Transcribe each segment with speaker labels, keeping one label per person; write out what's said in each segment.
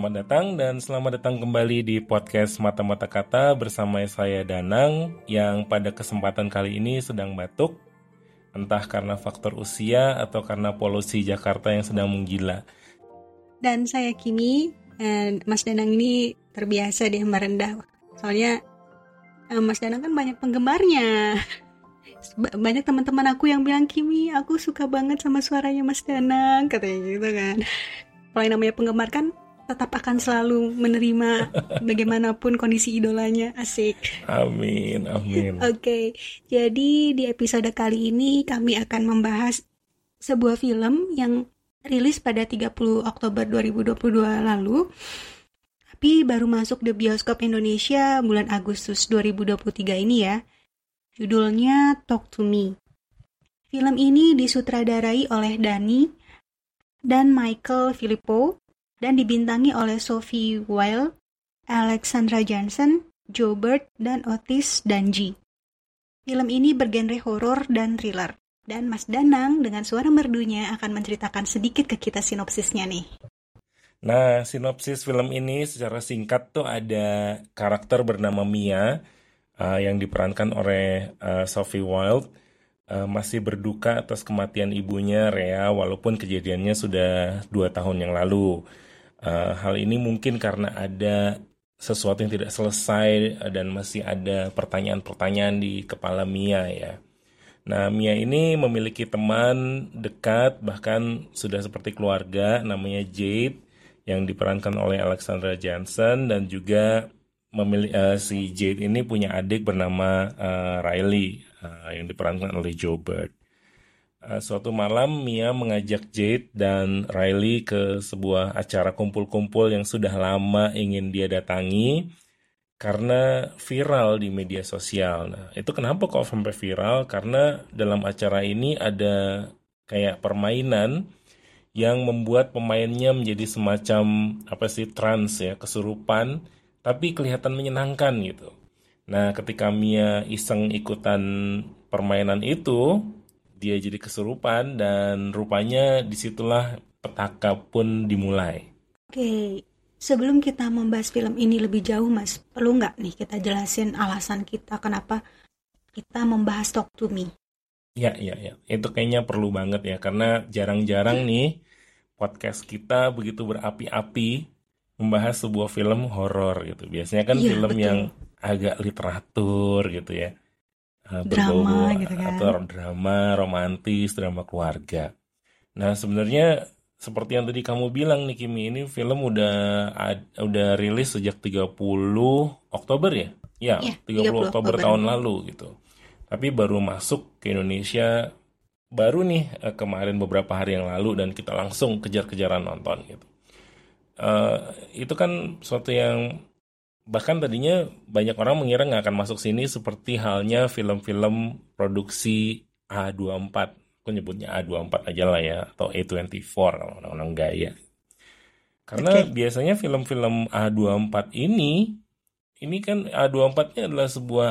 Speaker 1: Selamat datang dan selamat datang kembali di podcast Mata-Mata Kata bersama saya Danang yang pada kesempatan kali ini sedang batuk, entah karena faktor usia atau karena polusi Jakarta yang sedang menggila.
Speaker 2: Dan saya Kimi, Mas Danang ini terbiasa deh merendah. Soalnya Mas Danang kan banyak penggemarnya. Banyak teman-teman aku yang bilang, Kimi, aku suka banget sama suaranya Mas Danang, katanya gitu kan. Kalau yang namanya penggemar kan tetap akan selalu menerima bagaimanapun kondisi idolanya. Asik.
Speaker 1: Amin, amin.
Speaker 2: Oke, jadi di episode kali ini kami akan membahas sebuah film yang rilis pada 30 Oktober 2022 lalu, tapi baru masuk di bioskop Indonesia bulan Agustus 2023 ini ya. Judulnya Talk to Me. Film ini disutradarai oleh Dani dan Michael Filippo dan dibintangi oleh Sophie Wilde, Alexandra Jansen, Joe Bird, dan Otis Danji. Film ini bergenre horor dan thriller. Dan Mas Danang dengan suara merdunya akan menceritakan sedikit ke kita sinopsisnya nih.
Speaker 1: Nah, sinopsis film ini secara singkat tuh ada karakter bernama Mia yang diperankan oleh Sophie Wilde. Masih berduka atas kematian ibunya Rhea walaupun kejadiannya sudah 2 tahun yang lalu. Hal ini mungkin karena ada sesuatu yang tidak selesai dan masih ada pertanyaan-pertanyaan di kepala Mia ya. Nah, Mia ini memiliki teman dekat bahkan sudah seperti keluarga namanya Jade yang diperankan oleh Alexandra Jansen dan juga si Jade ini punya adik bernama Riley yang diperankan oleh Joe Bird. Suatu malam Mia mengajak Jade dan Riley ke sebuah acara kumpul-kumpul yang sudah lama ingin dia datangi karena viral di media sosial. Nah, itu kenapa kok sampai viral? Karena dalam acara ini ada kayak permainan yang membuat pemainnya menjadi semacam trans ya, kesurupan, tapi kelihatan menyenangkan gitu. Nah, ketika Mia iseng ikutan permainan itu, dia jadi kesurupan dan rupanya disitulah petaka pun dimulai.
Speaker 2: Oke, sebelum kita membahas film ini lebih jauh Mas, perlu nggak nih kita jelasin alasan kita kenapa kita membahas Talk to Me?
Speaker 1: Ya. Itu kayaknya perlu banget ya, karena jarang-jarang nih podcast kita begitu berapi-api membahas sebuah film horor gitu. Biasanya kan film
Speaker 2: betul.
Speaker 1: yang agak literatur gitu ya.
Speaker 2: Drama gitu kan.
Speaker 1: Atau drama romantis, drama keluarga. Nah, sebenarnya seperti yang tadi kamu bilang nih Kimi, ini film udah rilis sejak 30 Oktober ya? Ya, 30 Oktober tahun lalu gitu. Tapi baru masuk ke Indonesia baru nih kemarin beberapa hari yang lalu dan kita langsung kejar-kejaran nonton gitu. Itu kan suatu yang bahkan tadinya banyak orang mengira nggak akan masuk sini seperti halnya film-film produksi A24. Aku nyebutnya A24 aja lah ya, atau A24 kalau orang-orang gaya. Karena biasanya film-film A24 ini kan A24-nya adalah sebuah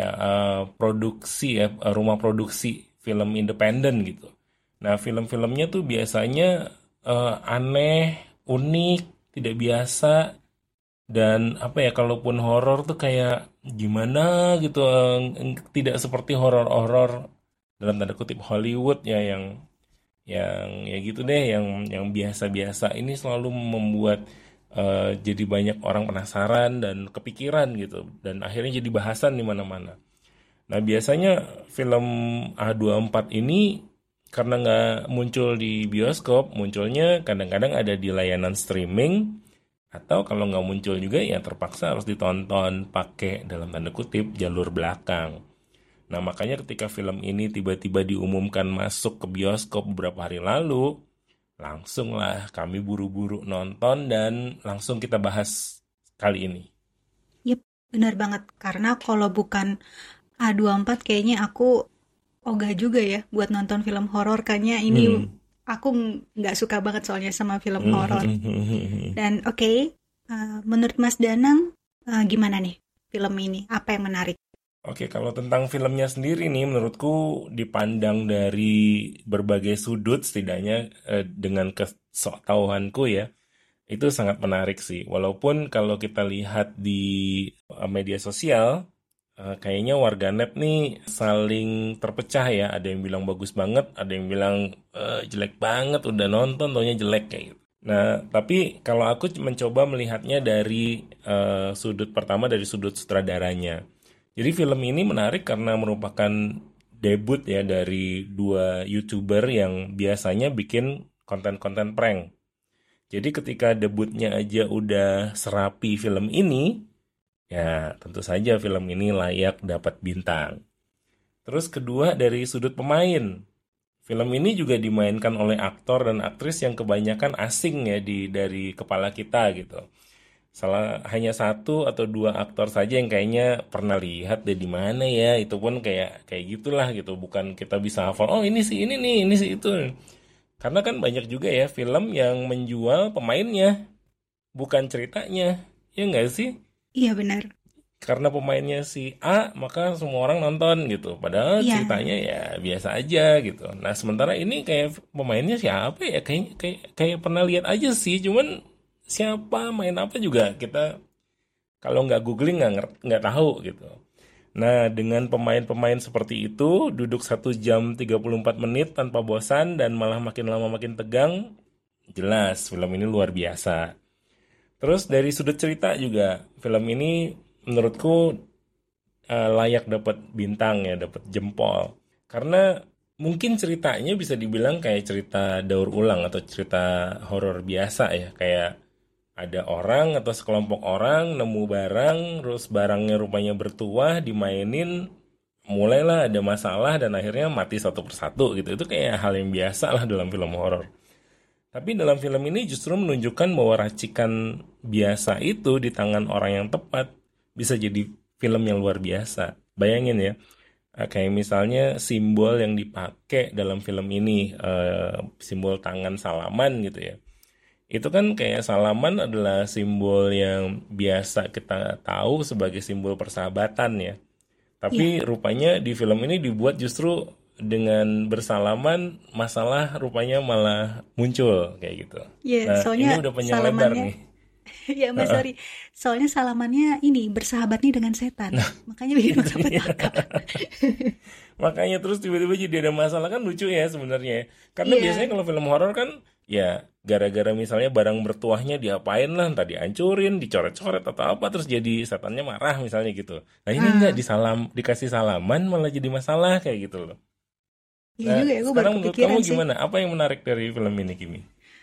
Speaker 1: produksi ya, rumah produksi film independen gitu. Nah, film-filmnya tuh biasanya aneh, unik, tidak biasa. Dan kalaupun horor tuh kayak gimana gitu, tidak seperti horor-horor dalam tanda kutip Hollywood ya yang ya gitu deh, yang biasa-biasa. Ini selalu membuat jadi banyak orang penasaran dan kepikiran gitu, dan akhirnya jadi bahasan di mana-mana. Nah, biasanya film A24 ini karena nggak muncul di bioskop, munculnya kadang-kadang ada di layanan streaming. Atau kalau nggak muncul juga ya terpaksa harus ditonton pakai dalam tanda kutip jalur belakang. Nah, makanya ketika film ini tiba-tiba diumumkan masuk ke bioskop beberapa hari lalu, langsung lah kami buru-buru nonton dan langsung kita bahas kali ini.
Speaker 2: Yep, benar banget. Karena kalau bukan A24 kayaknya aku ogah juga ya buat nonton film horor. Kayaknya ini aku nggak suka banget soalnya sama film horor. Dan menurut Mas Danang gimana nih film ini? Apa yang menarik?
Speaker 1: Oke, kalau tentang filmnya sendiri nih, menurutku dipandang dari berbagai sudut setidaknya dengan kesoktahuanku ya. Itu sangat menarik sih. Walaupun kalau kita lihat di media sosial, kayaknya warganet nih saling terpecah ya. Ada yang bilang bagus banget, ada yang bilang jelek banget, udah nonton taunya jelek kayak gitu. Nah, tapi kalau aku mencoba melihatnya dari sudut pertama, dari sudut sutradaranya. Jadi film ini menarik karena merupakan debut ya dari dua YouTuber yang biasanya bikin konten-konten prank. Jadi ketika debutnya aja udah serapi film ini, ya tentu saja film ini layak dapat bintang. Terus kedua dari sudut pemain. Film ini juga dimainkan oleh aktor dan aktris yang kebanyakan asing ya dari kepala kita gitu. Hanya satu atau dua aktor saja yang kayaknya pernah lihat deh di mana ya. Itu pun kayak gitulah gitu. Bukan kita bisa hafal. Oh ini sih ini nih, ini sih itu. Karena kan banyak juga ya film yang menjual pemainnya, bukan ceritanya. Ya nggak sih?
Speaker 2: Iya benar.
Speaker 1: Karena pemainnya si A, maka semua orang nonton gitu. Padahal
Speaker 2: Iya,
Speaker 1: ceritanya ya biasa aja gitu. Nah, sementara ini kayak pemainnya siapa ya? Kayak pernah lihat aja sih. Cuman siapa main apa juga kita kalau nggak googling nggak tahu gitu. Nah, dengan pemain-pemain seperti itu, duduk 1 jam 34 menit tanpa bosan dan malah makin lama makin tegang, jelas film ini luar biasa. Terus dari sudut cerita juga, film ini menurutku layak dapat bintang ya, dapat jempol. Karena mungkin ceritanya bisa dibilang kayak cerita daur ulang atau cerita horor biasa ya, kayak ada orang atau sekelompok orang nemu barang, terus barangnya rupanya bertuah, dimainin, mulailah ada masalah dan akhirnya mati satu persatu gitu. Itu kayak hal yang biasa lah dalam film horor. Tapi dalam film ini justru menunjukkan bahwa racikan biasa itu di tangan orang yang tepat bisa jadi film yang luar biasa. Bayangin ya, kayak misalnya simbol yang dipakai dalam film ini, simbol tangan salaman gitu ya. Itu kan kayak salaman adalah simbol yang biasa kita tahu sebagai simbol persahabatan ya.
Speaker 2: iya.
Speaker 1: Tapi rupanya di film ini dibuat justru dengan bersalaman masalah rupanya malah muncul kayak gitu.
Speaker 2: Iya,
Speaker 1: Nah,
Speaker 2: soalnya
Speaker 1: ini udah panjang lebar
Speaker 2: salamannya,
Speaker 1: nih.
Speaker 2: ya Mas, sorry. Soalnya salamannya ini bersahabat nih dengan setan. Makanya bikin Mas petaka.
Speaker 1: Makanya terus tiba-tiba jadi ada masalah kan lucu ya sebenarnya. Karena biasanya
Speaker 2: Iya.
Speaker 1: kalau film horor kan ya gara-gara misalnya barang bertuahnya diapain lah, entah dihancurin, dicoret-coret atau apa terus jadi setannya marah misalnya gitu. Nah, ini enggak
Speaker 2: Ah,
Speaker 1: dikasih salaman malah jadi masalah kayak gitu loh.
Speaker 2: iya
Speaker 1: Nah,
Speaker 2: juga ya, aku baru
Speaker 1: sekarang menurut kamu
Speaker 2: kepikiran sih.
Speaker 1: gimana? Apa yang menarik dari film ini, Kimi?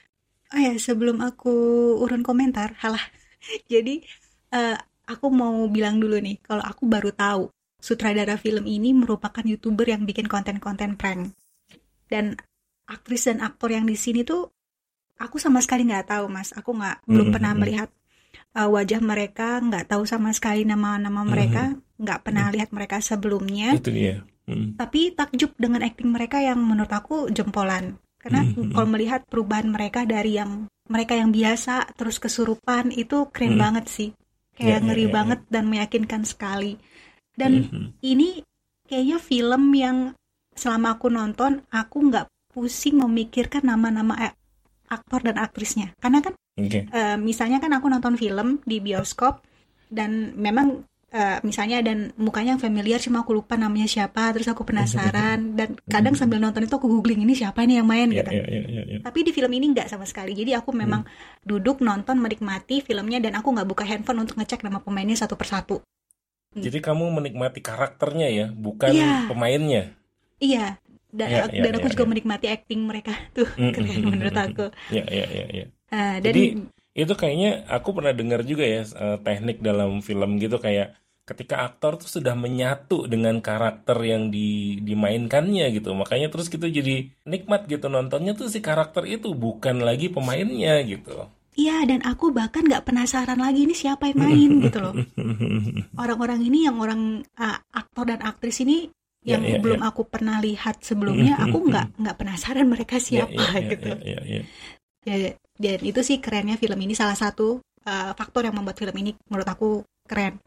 Speaker 2: Oh ya, sebelum aku urun komentar, halah. Jadi, eh, aku mau bilang dulu nih, kalau aku baru tahu sutradara film ini merupakan YouTuber yang bikin konten-konten prank. Dan aktris dan aktor yang di sini tuh aku sama sekali nggak tahu, Mas. Aku belum pernah melihat wajah mereka, nggak tahu sama sekali nama-nama mereka, nggak pernah lihat mereka sebelumnya.
Speaker 1: Itu dia. Mm.
Speaker 2: Tapi takjub dengan akting mereka yang menurut aku jempolan. Karena kalau melihat perubahan mereka dari yang mereka yang biasa terus kesurupan itu keren banget sih.
Speaker 1: Ya,
Speaker 2: Kayak
Speaker 1: ya,
Speaker 2: ngeri
Speaker 1: ya, ya.
Speaker 2: banget dan meyakinkan sekali. Dan ini kayaknya film yang selama aku nonton aku nggak pusing memikirkan nama-nama aktor dan aktrisnya. Karena kan
Speaker 1: Oke.
Speaker 2: misalnya kan aku nonton film di bioskop dan memang misalnya dan mukanya yang familiar cuma aku lupa namanya siapa terus aku penasaran dan kadang sambil nonton itu aku googling ini siapa ini yang main
Speaker 1: Ya,
Speaker 2: gitu.
Speaker 1: ya, ya, ya, ya.
Speaker 2: Tapi di film ini nggak sama sekali. Jadi aku memang duduk nonton menikmati filmnya dan aku nggak buka handphone untuk ngecek nama pemainnya satu persatu.
Speaker 1: Jadi kamu menikmati karakternya ya, bukan
Speaker 2: Iya,
Speaker 1: pemainnya.
Speaker 2: iya. Dan,
Speaker 1: Ya, ya,
Speaker 2: dan
Speaker 1: ya,
Speaker 2: aku juga
Speaker 1: ya.
Speaker 2: menikmati acting mereka tuh keren menurut aku.
Speaker 1: Ya, ya, ya, ya.
Speaker 2: Dan
Speaker 1: Jadi itu kayaknya aku pernah dengar juga ya teknik dalam film gitu kayak ketika aktor tuh sudah menyatu dengan karakter yang dimainkannya gitu. Makanya terus kita jadi nikmat gitu nontonnya tuh si karakter itu bukan lagi pemainnya gitu.
Speaker 2: iya, dan aku bahkan nggak penasaran lagi ini siapa yang main gitu loh. Orang-orang ini yang orang aktor dan aktris ini
Speaker 1: Ya,
Speaker 2: yang
Speaker 1: ya,
Speaker 2: belum
Speaker 1: ya.
Speaker 2: aku pernah lihat sebelumnya, aku nggak penasaran mereka
Speaker 1: Ya, ya,
Speaker 2: siapa
Speaker 1: ya,
Speaker 2: gitu.
Speaker 1: ya, ya, ya.
Speaker 2: Ya, dan itu sih kerennya film ini salah satu faktor yang membuat film ini menurut aku keren.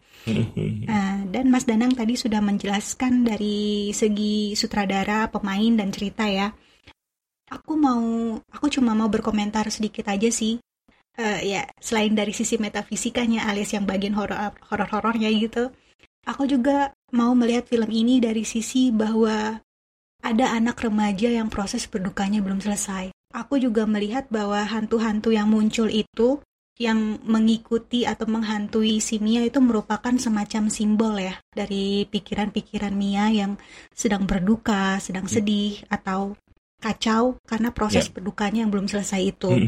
Speaker 2: Dan Mas Danang tadi sudah menjelaskan dari segi sutradara, pemain dan cerita ya. Aku cuma mau berkomentar sedikit aja sih. Ya selain dari sisi metafisikanya alias yang bagian horor-horornya gitu, aku juga mau melihat film ini dari sisi bahwa ada anak remaja yang proses berdukanya belum selesai. Aku juga melihat bahwa hantu-hantu yang muncul itu, yang mengikuti atau menghantui si Mia itu merupakan semacam simbol ya dari pikiran-pikiran Mia yang sedang berduka, sedang sedih, atau kacau karena
Speaker 1: Ya.
Speaker 2: proses berdukanya yang belum selesai itu.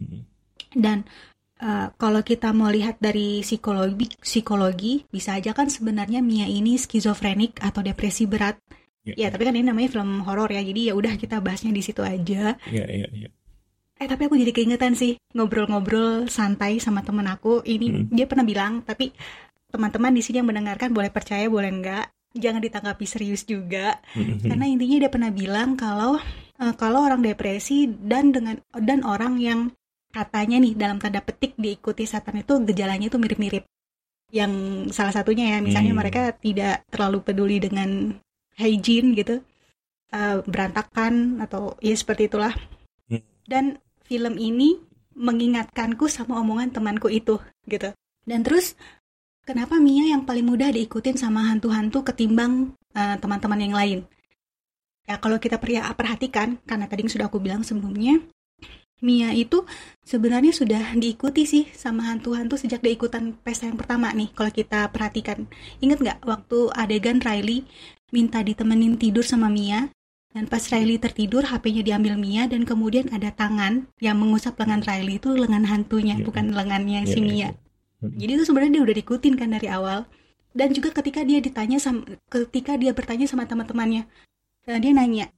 Speaker 2: Dan kalau kita mau lihat dari psikologi bisa aja kan sebenarnya Mia ini skizofrenik atau depresi berat.
Speaker 1: Ya,
Speaker 2: Ya, tapi kan ini namanya film horor ya, jadi ya udah kita bahasnya di situ aja.
Speaker 1: ya, ya, ya.
Speaker 2: Tapi aku jadi keingetan sih ngobrol-ngobrol santai sama temen aku. Ini
Speaker 1: Mm.
Speaker 2: dia pernah bilang, tapi teman-teman di sini yang mendengarkan boleh percaya boleh enggak, jangan ditanggapi serius juga. Karena intinya dia pernah bilang kalau orang depresi dan orang yang katanya nih dalam tanda petik diikuti setan itu gejalanya itu mirip-mirip. Yang salah satunya ya, misalnya mereka tidak terlalu peduli dengan hygiene gitu, berantakan atau ya seperti itulah. Dan film ini mengingatkanku sama omongan temanku itu gitu. Dan terus kenapa Mia yang paling mudah diikutin sama hantu-hantu ketimbang teman-teman yang lain? Ya kalau kita perhatikan, karena tadi sudah aku bilang sebelumnya, Mia itu sebenarnya sudah diikuti sih sama hantu-hantu sejak dia ikutan pesta yang pertama nih. Kalau kita perhatikan, ingat nggak waktu adegan Riley minta ditemenin tidur sama Mia, dan pas Riley tertidur HP-nya diambil Mia, dan kemudian ada tangan yang mengusap lengan Riley, itu lengan hantunya, bukan lengannya si Mia. Jadi itu sebenarnya dia udah diikutin kan dari awal. Dan juga ketika dia bertanya sama teman-temannya, dia nanya,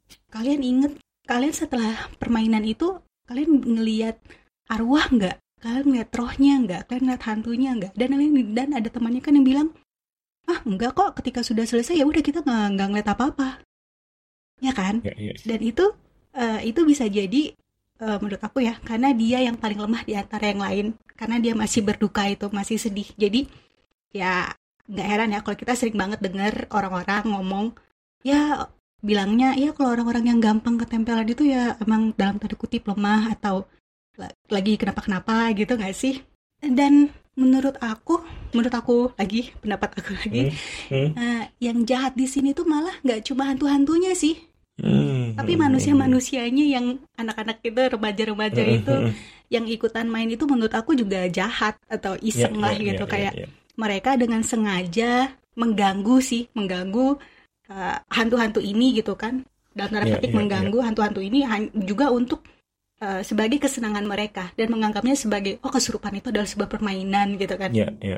Speaker 2: kalian setelah permainan itu kalian ngelihat arwah nggak? Kalian ngeliat rohnya nggak? Kalian ngeliat hantunya nggak? Dan ada temannya kan yang bilang, enggak kok, ketika sudah selesai ya udah kita nggak ngeliat apa-apa, ya kan?
Speaker 1: Ya, ya.
Speaker 2: Dan itu bisa jadi menurut aku ya, karena dia yang paling lemah di antara yang lain, karena dia masih berduka itu, masih sedih. Jadi ya nggak heran ya kalau kita sering banget dengar orang-orang ngomong, ya bilangnya ya kalau orang-orang yang gampang ketempelan itu ya emang dalam tanda kutip lemah atau lagi kenapa-kenapa gitu nggak sih? Dan menurut aku lagi, pendapat aku lagi, yang jahat di sini tuh malah nggak cuma hantu-hantunya sih, tapi manusia-manusianya, yang anak-anak itu, remaja-remaja itu yang ikutan main itu menurut aku juga jahat atau iseng lah gitu. Kayak mereka dengan sengaja mengganggu hantu-hantu ini gitu kan, dalam tanda petik mengganggu hantu-hantu ini juga untuk sebagai kesenangan mereka, dan menganggapnya sebagai kesurupan itu adalah sebuah permainan gitu kan.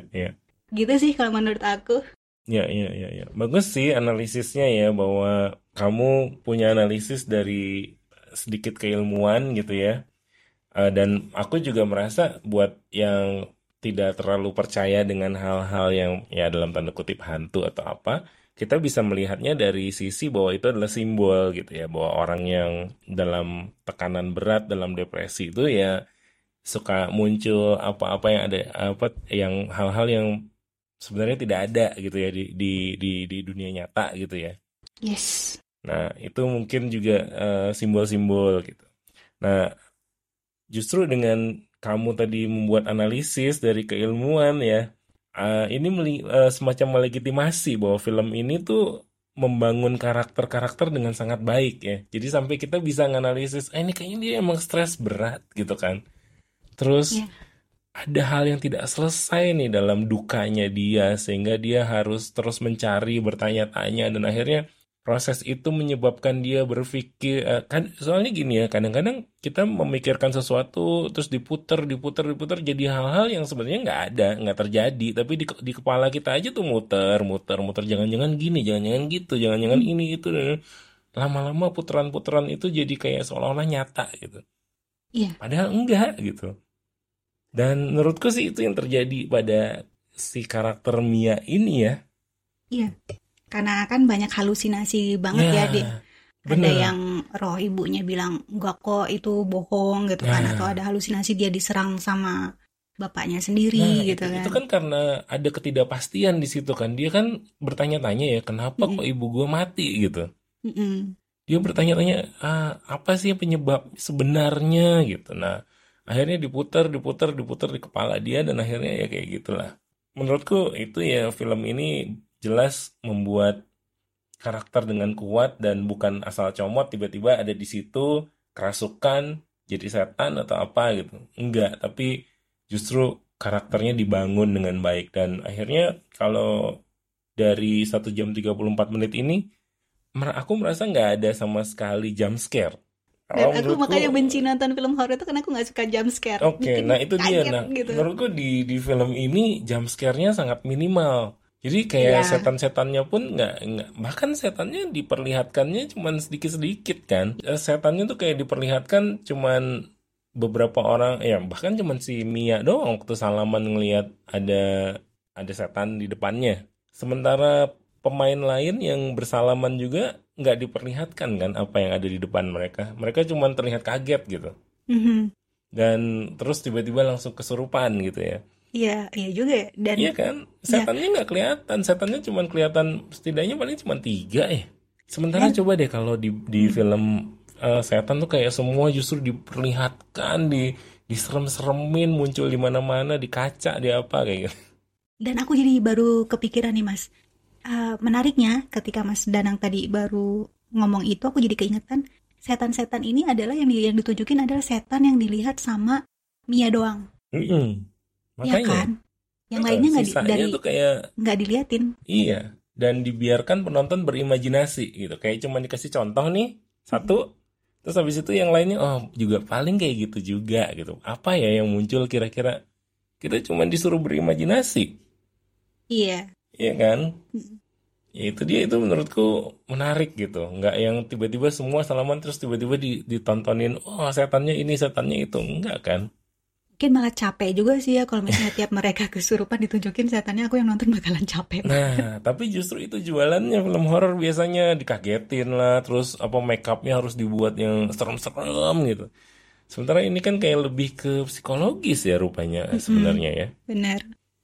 Speaker 2: Gitu sih kalau menurut aku.
Speaker 1: Ya. Bagus sih analisisnya ya, bahwa kamu punya analisis dari sedikit keilmuan gitu ya. Dan aku juga merasa buat yang tidak terlalu percaya dengan hal-hal yang ya dalam tanda kutip hantu atau apa, kita bisa melihatnya dari sisi bahwa itu adalah simbol gitu ya, bahwa orang yang dalam tekanan berat, dalam depresi itu ya suka muncul apa-apa yang ada, apa yang hal-hal yang sebenarnya tidak ada gitu ya di dunia nyata gitu ya.
Speaker 2: Yes.
Speaker 1: Nah, itu mungkin juga simbol-simbol gitu. Nah, justru dengan kamu tadi membuat analisis dari keilmuan ya, ini semacam melegitimasi bahwa film ini tuh membangun karakter-karakter dengan sangat baik ya. Jadi sampai kita bisa nganalisis, ini kayaknya dia emang stres berat gitu kan. Terus ada hal yang tidak selesai nih dalam dukanya dia, sehingga dia harus terus mencari, bertanya-tanya, dan akhirnya proses itu menyebabkan dia berpikir, kan soalnya gini ya, kadang-kadang kita memikirkan sesuatu terus diputer jadi hal-hal yang sebenarnya nggak terjadi, tapi di kepala kita aja tuh muter, jangan-jangan gini, jangan-jangan gitu, jangan-jangan ini itu, dan lama-lama putaran-putaran itu jadi kayak seolah-olah nyata gitu.
Speaker 2: Iya.
Speaker 1: Padahal enggak gitu. Dan menurutku sih itu yang terjadi pada si karakter Mia ini ya.
Speaker 2: Iya. Karena kan banyak halusinasi banget ya, Dek. Ada yang roh ibunya bilang, enggak kok itu bohong gitu kan. Atau ada halusinasi dia diserang sama bapaknya sendiri gitu kan.
Speaker 1: Itu kan karena ada ketidakpastian di situ kan. Dia kan bertanya-tanya ya, kenapa kok ibu gue mati gitu. Dia bertanya-tanya, apa sih penyebab sebenarnya gitu. Nah, akhirnya diputar, diputar, diputar di kepala dia dan akhirnya ya kayak gitulah. Menurutku itu ya film ini jelas membuat karakter dengan kuat dan bukan asal comot tiba-tiba ada di situ kerasukan jadi setan atau apa gitu. Enggak, tapi justru karakternya dibangun dengan baik dan akhirnya kalau dari 1 jam 34 menit ini aku merasa nggak ada sama sekali jump scare.
Speaker 2: Dan
Speaker 1: Kalau
Speaker 2: aku
Speaker 1: menurutku
Speaker 2: makanya benci nonton film horor itu karena aku nggak suka jump scare,
Speaker 1: oke,
Speaker 2: bikin
Speaker 1: nah itu dia.
Speaker 2: kaget
Speaker 1: Nah,
Speaker 2: gitu.
Speaker 1: menurutku di film ini jump scare-nya sangat minimal. Jadi kayak
Speaker 2: Iya,
Speaker 1: setan-setannya pun nggak bahkan setannya diperlihatkannya cuman sedikit-sedikit kan. Setannya tuh kayak diperlihatkan cuman beberapa orang, ya bahkan cuman si Mia doang waktu salaman ngelihat ada setan di depannya. Sementara pemain lain yang bersalaman juga nggak diperlihatkan kan apa yang ada di depan mereka. Mereka cuman terlihat kaget gitu.
Speaker 2: mhm.
Speaker 1: Dan terus tiba-tiba langsung kesurupan gitu ya.
Speaker 2: Iya, iya juga ya. Dan
Speaker 1: Iya kan?
Speaker 2: ya,
Speaker 1: Setannya nggak kelihatan. Setannya cuma kelihatan setidaknya paling cuma 3 ya. Sementara
Speaker 2: dan
Speaker 1: coba deh kalau di film setan tuh kayak semua justru diperlihatkan, diserem-seremin, muncul di mana-mana, di kaca, di apa kayak gitu.
Speaker 2: dan aku jadi baru kepikiran nih Mas. Menariknya ketika Mas Danang tadi baru ngomong itu, aku jadi keingetan setan-setan ini adalah yang ditunjukin adalah setan yang dilihat sama Mia doang,
Speaker 1: Mm-mm.
Speaker 2: ya
Speaker 1: Makanya,
Speaker 2: kan? Yang lainnya
Speaker 1: sisanya tuh kayak
Speaker 2: nggak diliatin.
Speaker 1: iya. Dan dibiarkan penonton berimajinasi gitu. Kayak cuma dikasih contoh nih, satu. Terus habis itu yang lainnya, oh juga paling kayak gitu juga gitu. Apa ya yang muncul kira-kira? Kita cuma disuruh berimajinasi,
Speaker 2: Iya.
Speaker 1: ya kan?
Speaker 2: Mm.
Speaker 1: Ya itu dia itu menurutku menarik gitu. Nggak yang tiba-tiba semua salaman terus tiba-tiba ditontonin, oh setannya ini, setannya itu. Enggak kan?
Speaker 2: Mungkin malah capek juga sih ya kalau misalnya tiap mereka kesurupan ditunjukin setannya, aku yang nonton bakalan capek banget.
Speaker 1: Nah, tapi justru itu jualannya film horor biasanya dikagetin lah, terus apa make upnya harus dibuat yang serem-serem gitu. Sementara ini kan kayak lebih ke psikologis ya rupanya
Speaker 2: Mm-mm,
Speaker 1: sebenarnya ya.
Speaker 2: benar.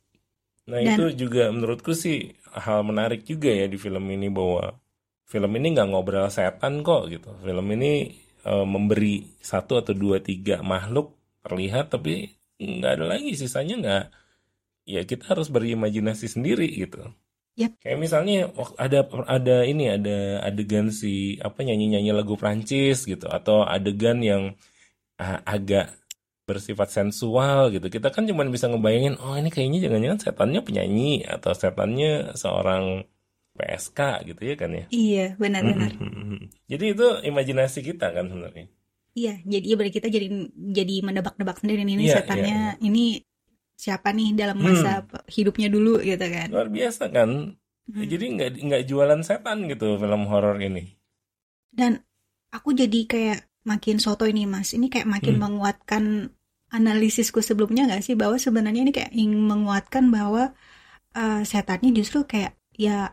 Speaker 1: Nah itu
Speaker 2: Dan
Speaker 1: juga menurutku sih hal menarik juga ya di film ini bahwa film ini nggak ngobrol setan kok gitu. Film ini memberi 1 atau 2 3 makhluk terlihat tapi nggak ada lagi sisanya nggak. Ya kita harus berimajinasi sendiri gitu.
Speaker 2: yap,
Speaker 1: Kayak misalnya ada ini ada adegan si apa nyanyi-nyanyi lagu Prancis gitu atau adegan yang agak bersifat sensual gitu. Kita kan cuma bisa ngebayangin, oh ini kayaknya jangan-jangan setannya penyanyi atau setannya seorang PSK gitu ya kan ya.
Speaker 2: iya benar-benar.
Speaker 1: Jadi itu imajinasi kita kan sebenarnya.
Speaker 2: Iya, jadi berarti kita jadi menebak-nebak sendiri nih, ini
Speaker 1: Iya, iya,
Speaker 2: setannya
Speaker 1: iya.
Speaker 2: ini siapa nih dalam masa hidupnya dulu gitu kan.
Speaker 1: Luar biasa kan.
Speaker 2: Hmm.
Speaker 1: Jadi nggak jualan setan gitu film horor ini.
Speaker 2: Dan aku jadi kayak makin soto ini Mas. Ini kayak makin menguatkan analisisku sebelumnya nggak sih, bahwa sebenarnya ini kayak ingin menguatkan bahwa setannya justru kayak ya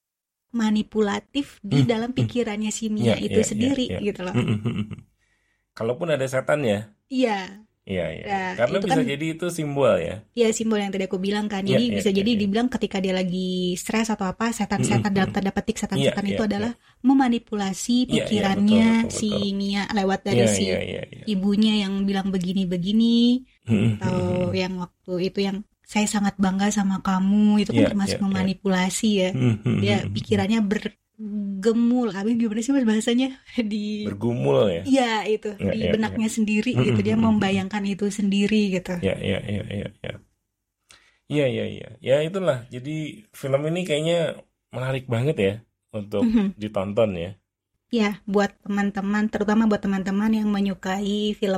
Speaker 2: manipulatif di dalam pikirannya si
Speaker 1: Iya,
Speaker 2: Mia itu
Speaker 1: iya, iya,
Speaker 2: sendiri
Speaker 1: iya.
Speaker 2: gitu loh.
Speaker 1: Kalaupun ada setan ya.
Speaker 2: Iya.
Speaker 1: Iya, iya.
Speaker 2: Nah,
Speaker 1: Karena
Speaker 2: itu
Speaker 1: bisa
Speaker 2: kan
Speaker 1: jadi itu simbol ya.
Speaker 2: ya simbol yang tadi aku bilang kan.
Speaker 1: Iya,
Speaker 2: Jadi
Speaker 1: iya,
Speaker 2: bisa
Speaker 1: iya,
Speaker 2: jadi
Speaker 1: iya.
Speaker 2: dibilang ketika dia lagi stres atau apa, setan-setan dalam tanda petik
Speaker 1: Iya,
Speaker 2: setan-setan
Speaker 1: iya,
Speaker 2: itu
Speaker 1: iya.
Speaker 2: adalah memanipulasi
Speaker 1: Iya, iya, betul,
Speaker 2: pikirannya
Speaker 1: betul,
Speaker 2: si
Speaker 1: betul.
Speaker 2: Mia lewat dari
Speaker 1: Iya,
Speaker 2: si
Speaker 1: iya, iya, iya.
Speaker 2: ibunya yang bilang begini-begini, atau yang waktu itu yang saya sangat bangga sama kamu, itu kan
Speaker 1: Iya,
Speaker 2: termasuk
Speaker 1: iya, iya.
Speaker 2: memanipulasi ya. Dia pikirannya bergemul, apa gimana sih Mas bahasanya, di
Speaker 1: Bergumul ya.
Speaker 2: iya itu
Speaker 1: Iya,
Speaker 2: di
Speaker 1: iya, iya.
Speaker 2: benaknya sendiri gitu, dia membayangkan itu sendiri gitu.
Speaker 1: Iya, iya, iya, iya, iya. Iya, iya, iya. Ya itulah. Jadi film ini kayaknya menarik banget ya untuk
Speaker 2: Mhm.
Speaker 1: ditonton ya.
Speaker 2: Ya, buat teman-teman, terutama buat teman-teman yang menyukai film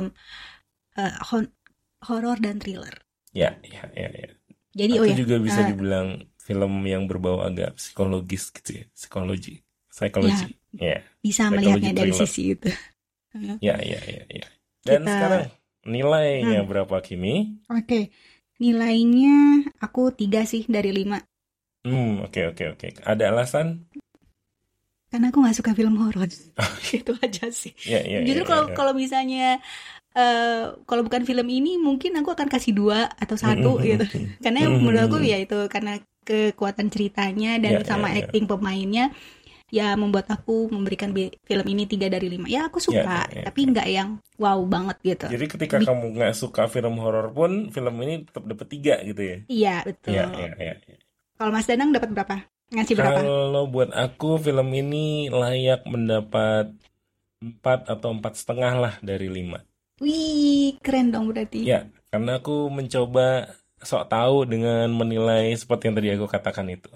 Speaker 2: horor dan thriller.
Speaker 1: Ya, ya, ya, ya.
Speaker 2: Jadi
Speaker 1: Atau
Speaker 2: oh ya,
Speaker 1: juga bisa dibilang film yang berbau agak psikologis gitu ya. Psikologi.
Speaker 2: ya
Speaker 1: Psikologi. Ya.
Speaker 2: bisa
Speaker 1: Psychology
Speaker 2: melihatnya dari
Speaker 1: thriller.
Speaker 2: sisi itu.
Speaker 1: Ya, ya, ya, ya. Dan
Speaker 2: Kita
Speaker 1: sekarang nilainya berapa Kimi?
Speaker 2: oke. Nilainya aku 3 sih dari 5.
Speaker 1: Oke, oke, oke. Ada alasan?
Speaker 2: Karena aku nggak suka film horor. Itu aja sih.
Speaker 1: Ya, ya,
Speaker 2: Justru
Speaker 1: ya,
Speaker 2: kalau
Speaker 1: ya.
Speaker 2: kalau misalnya kalau bukan film ini mungkin aku akan kasih 2 atau 1 gitu. Karena menurut aku ya itu karena kekuatan ceritanya dan
Speaker 1: Ya,
Speaker 2: sama
Speaker 1: ya, ya.
Speaker 2: acting pemainnya ya membuat aku memberikan film ini 3 dari 5. Ya aku
Speaker 1: Ya,
Speaker 2: suka,
Speaker 1: ya,
Speaker 2: tapi
Speaker 1: ya.
Speaker 2: nggak yang wow banget gitu.
Speaker 1: Jadi ketika
Speaker 2: Bi-
Speaker 1: kamu nggak suka film horor pun, film ini tetap dapat 3 gitu ya?
Speaker 2: Iya,
Speaker 1: Iya,
Speaker 2: betul.
Speaker 1: iya, iya.
Speaker 2: Kalau Mas Danang dapat berapa? Ngasih berapa?
Speaker 1: Kalau buat aku, film ini layak mendapat 4 atau 4,5 lah dari 5.
Speaker 2: Wih, keren dong berarti.
Speaker 1: Ya, karena aku mencoba sok tahu dengan menilai seperti yang tadi aku katakan itu.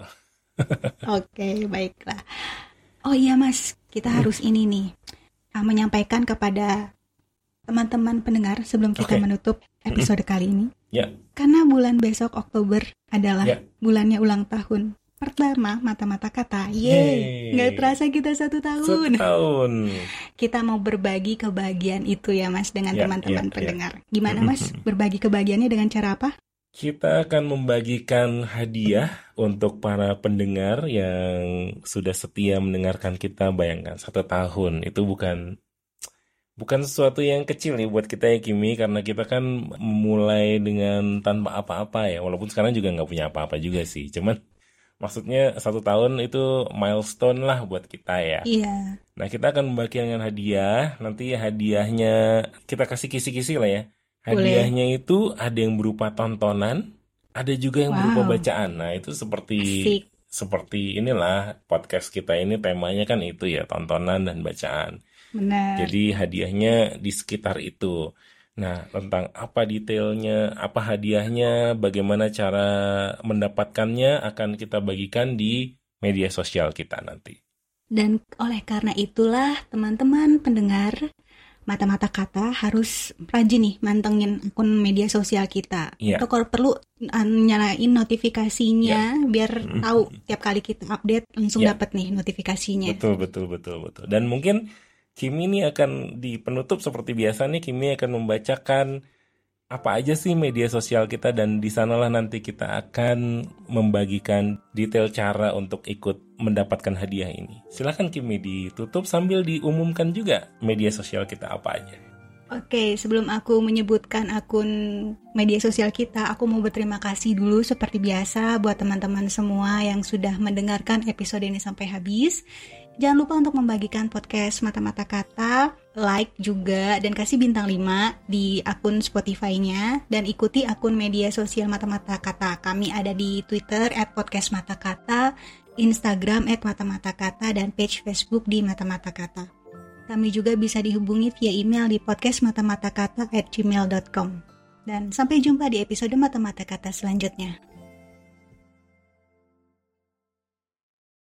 Speaker 2: Oke, baiklah. Oh iya Mas, kita harus ini nih, menyampaikan kepada teman-teman pendengar sebelum kita
Speaker 1: Oke,
Speaker 2: menutup episode kali ini.
Speaker 1: ya,
Speaker 2: Karena bulan besok Oktober adalah
Speaker 1: ya.
Speaker 2: bulannya ulang tahun pertama Mata-Mata Kata. Yeay, nggak
Speaker 1: Yeay,
Speaker 2: terasa kita 1 tahun.
Speaker 1: setahun.
Speaker 2: Kita mau berbagi kebahagiaan itu ya Mas dengan
Speaker 1: Ya, ya,
Speaker 2: teman-teman
Speaker 1: ya.
Speaker 2: pendengar. Gimana Mas berbagi kebahagiaannya dengan cara apa?
Speaker 1: Kita akan membagikan hadiah untuk para pendengar yang sudah setia mendengarkan kita. Bayangkan 1 tahun itu bukan sesuatu yang kecil nih buat kita ya Kimi, karena kita kan memulai dengan tanpa apa-apa ya. Walaupun sekarang juga nggak punya apa-apa juga sih. Cuman maksudnya 1 tahun itu milestone lah buat kita ya.
Speaker 2: Iya,
Speaker 1: Nah, kita akan membagikan hadiah. Nanti hadiahnya kita kasih kisi-kisi lah ya.
Speaker 2: boleh.
Speaker 1: Hadiahnya itu ada yang berupa tontonan, ada juga yang berupa
Speaker 2: Wow,
Speaker 1: bacaan. Nah, itu seperti
Speaker 2: asik.
Speaker 1: seperti inilah podcast kita ini temanya kan itu ya, tontonan dan bacaan.
Speaker 2: Benar.
Speaker 1: Jadi hadiahnya di sekitar itu. Nah, tentang apa detailnya, apa hadiahnya, bagaimana cara mendapatkannya akan kita bagikan di media sosial kita nanti.
Speaker 2: Dan oleh karena itulah teman-teman pendengar Mata-Mata Kata harus rajin nih mantengin akun media sosial kita.
Speaker 1: Iya,
Speaker 2: Atau kalau perlu nyalain
Speaker 1: iya.
Speaker 2: notifikasinya biar tahu tiap kali kita update langsung
Speaker 1: Ya,
Speaker 2: dapat nih notifikasinya.
Speaker 1: betul, betul, betul, betul. Dan mungkin Kimi ini akan di penutup seperti biasa nih, Kimi akan membacakan apa aja sih media sosial kita dan di sanalah nanti kita akan membagikan detail cara untuk ikut mendapatkan hadiah ini. Silahkan Kimi ditutup sambil diumumkan juga media sosial kita apa aja.
Speaker 2: Oke, sebelum aku menyebutkan akun media sosial kita, aku mau berterima kasih dulu seperti biasa buat teman-teman semua yang sudah mendengarkan episode ini sampai habis. Jangan lupa untuk membagikan podcast Mata-Mata Kata, like juga, dan kasih bintang 5 di akun Spotify-nya. Dan ikuti akun media sosial Mata-Mata Kata. Kami ada di Twitter @podcastmatakata, Instagram @matamatakata, dan page Facebook di Mata-Mata Kata. Kami juga bisa dihubungi via email di podcastmatamatakata@gmail.com. Dan sampai jumpa di episode Mata-Mata Kata selanjutnya.